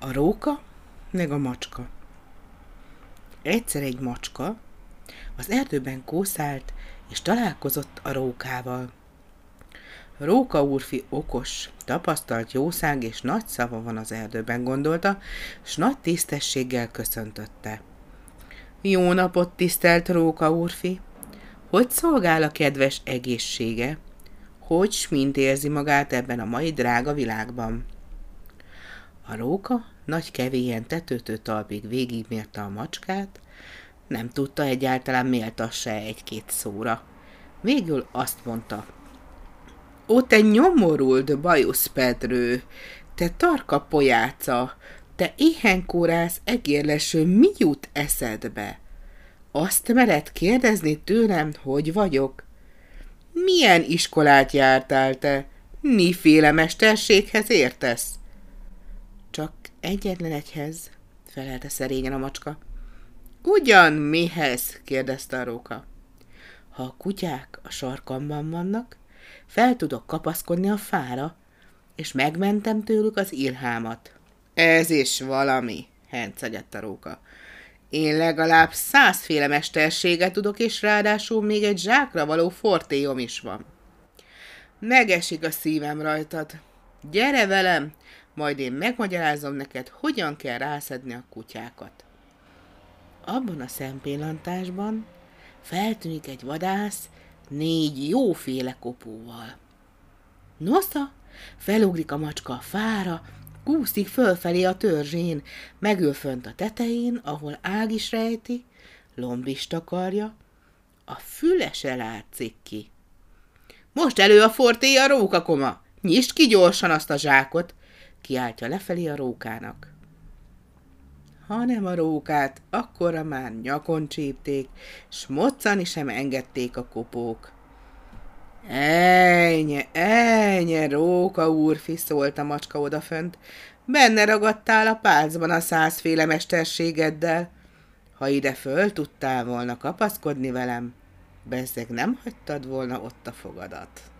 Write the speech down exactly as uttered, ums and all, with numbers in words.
A róka meg a macska. Egyszer egy macska az erdőben kószált, és találkozott a rókával. Róka úrfi okos, tapasztalt jószág és nagy szava van az erdőben, gondolta, s nagy tisztességgel köszöntötte. Jó napot, tisztelt Róka úrfi! Hogy szolgál a kedves egészsége? Hogy s mint érzi magát ebben a mai drága világban? A róka nagy kevélyen tetőtől talpig végigmérte a macskát, nem tudta egyáltalán méltassa egy-két szóra. Végül azt mondta: Ó, te nyomorult bajuszpedrő, te tarka pojáca, te éhenkórász egérleső, mi jut eszedbe? Azt mered kérdezni tőlem, hogy vagyok? Milyen iskolát jártál te? Miféle mesterséghez értesz? Csak egyetlen egyhez, felelte szerényen a macska. Ugyan mihez? kérdezte a róka. Ha a kutyák a sarkamban vannak, fel tudok kapaszkodni a fára, és megmentem tőlük az ilhámat. Ez is valami, hencegett a róka. Én legalább százféle mesterséget tudok, és ráadásul még egy zsákra való fortélyom is van. Megesik a szívem rajtad. Gyere velem, majd én megmagyarázom neked, hogyan kell rászedni a kutyákat. Abban a szempillantásban feltűnik egy vadász négy jóféle kopóval. Nosza, felugrik a macska a fára, kúszik fölfelé a törzsén, megül fönt a tetején, ahol ág is rejti, lomb is takarja, a füle se látszik ki. Most elő a fortély a rókakoma, nyisd ki gyorsan azt a zsákot, kiáltja lefelé a rókának. Ha nem a rókát, akkorra már nyakon csípték, s moccani sem engedték a kopók. Ejnye, ejnye, Róka úrfi, szólt a macska odafönt, benne ragadtál a pálcban a százféle mesterségeddel. Ha ide föl tudtál volna kapaszkodni velem, bezzeg nem hagytad volna ott a fogadat.